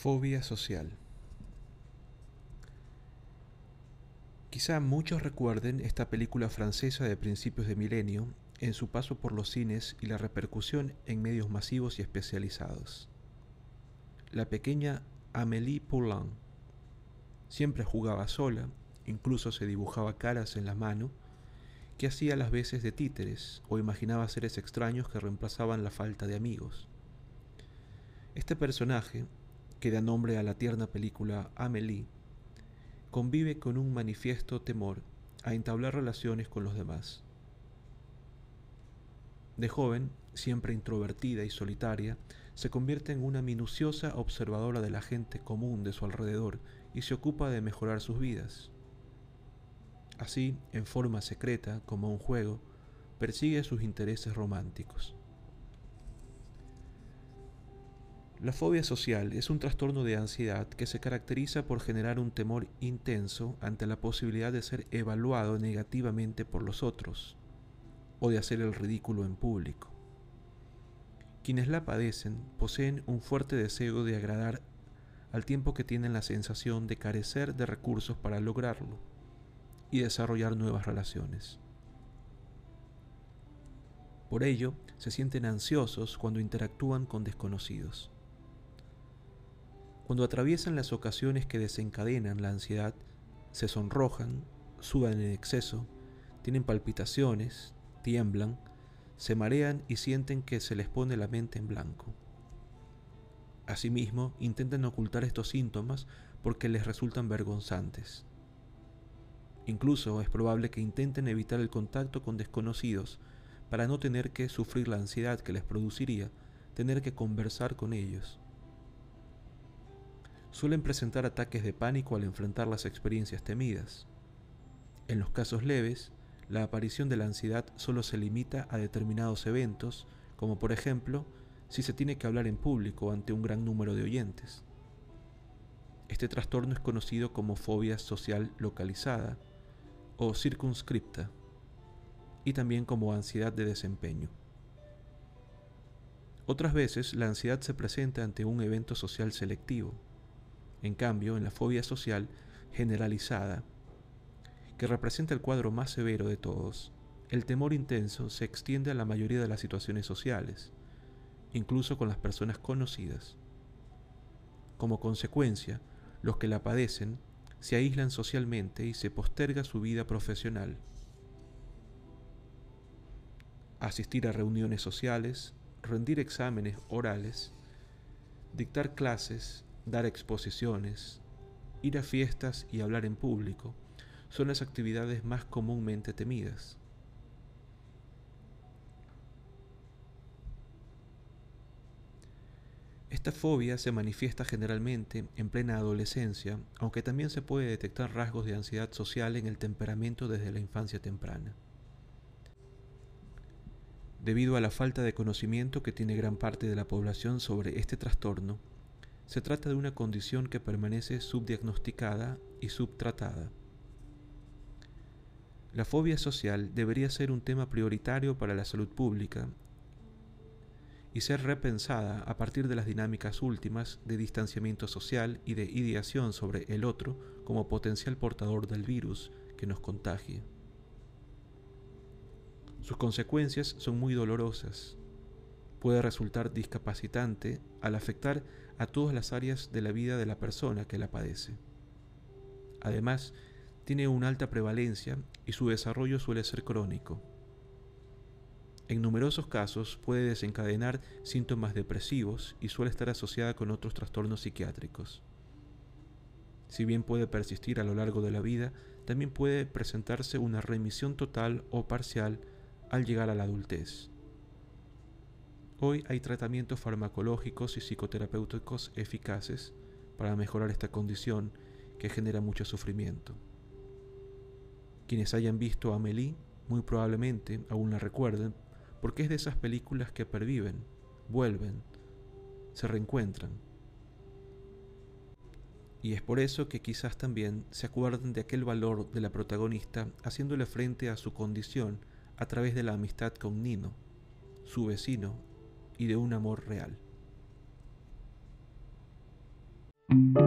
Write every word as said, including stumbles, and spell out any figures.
Fobia social. Quizá muchos recuerden esta película francesa de principios de milenio en su paso por los cines y la repercusión en medios masivos y especializados. La pequeña Amélie Poulain siempre jugaba sola, incluso se dibujaba caras en la mano, que hacía las veces de títeres o imaginaba seres extraños que reemplazaban la falta de amigos. Este personaje, que da nombre a la tierna película Amélie, convive con un manifiesto temor a entablar relaciones con los demás. De joven, siempre introvertida y solitaria, se convierte en una minuciosa observadora de la gente común de su alrededor y se ocupa de mejorar sus vidas. Así, en forma secreta, como un juego, persigue sus intereses románticos. La fobia social es un trastorno de ansiedad que se caracteriza por generar un temor intenso ante la posibilidad de ser evaluado negativamente por los otros o de hacer el ridículo en público. Quienes la padecen poseen un fuerte deseo de agradar al tiempo que tienen la sensación de carecer de recursos para lograrlo y desarrollar nuevas relaciones. Por ello, se sienten ansiosos cuando interactúan con desconocidos. Cuando atraviesan las ocasiones que desencadenan la ansiedad, se sonrojan, sudan en exceso, tienen palpitaciones, tiemblan, se marean y sienten que se les pone la mente en blanco. Asimismo, intentan ocultar estos síntomas porque les resultan vergonzantes. Incluso es probable que intenten evitar el contacto con desconocidos para no tener que sufrir la ansiedad que les produciría tener que conversar con ellos. Suelen presentar ataques de pánico al enfrentar las experiencias temidas. En los casos leves, la aparición de la ansiedad solo se limita a determinados eventos, como por ejemplo, si se tiene que hablar en público ante un gran número de oyentes. Este trastorno es conocido como fobia social localizada o circunscripta, y también como ansiedad de desempeño. Otras veces, la ansiedad se presenta ante un evento social selectivo. En cambio, en la fobia social generalizada, que representa el cuadro más severo de todos, el temor intenso se extiende a la mayoría de las situaciones sociales, incluso con las personas conocidas. Como consecuencia, los que la padecen se aíslan socialmente y se posterga su vida profesional. Asistir a reuniones sociales, rendir exámenes orales, dictar clases, dar exposiciones, ir a fiestas y hablar en público son las actividades más comúnmente temidas. Esta fobia se manifiesta generalmente en plena adolescencia, aunque también se puede detectar rasgos de ansiedad social en el temperamento desde la infancia temprana. Debido a la falta de conocimiento que tiene gran parte de la población sobre este trastorno, se trata de una condición que permanece subdiagnosticada y subtratada. La fobia social debería ser un tema prioritario para la salud pública y ser repensada a partir de las dinámicas últimas de distanciamiento social y de ideación sobre el otro como potencial portador del virus que nos contagie. Sus consecuencias son muy dolorosas. Puede resultar discapacitante al afectar a todas las áreas de la vida de la persona que la padece. Además, tiene una alta prevalencia y su desarrollo suele ser crónico. En numerosos casos puede desencadenar síntomas depresivos y suele estar asociada con otros trastornos psiquiátricos. Si bien puede persistir a lo largo de la vida, también puede presentarse una remisión total o parcial al llegar a la adultez. Hoy hay tratamientos farmacológicos y psicoterapéuticos eficaces para mejorar esta condición que genera mucho sufrimiento. Quienes hayan visto a Amélie muy probablemente aún la recuerden porque es de esas películas que perviven, vuelven, se reencuentran. Y es por eso que quizás también se acuerden de aquel valor de la protagonista haciéndole frente a su condición a través de la amistad con Nino, su vecino, y de un amor real. Thank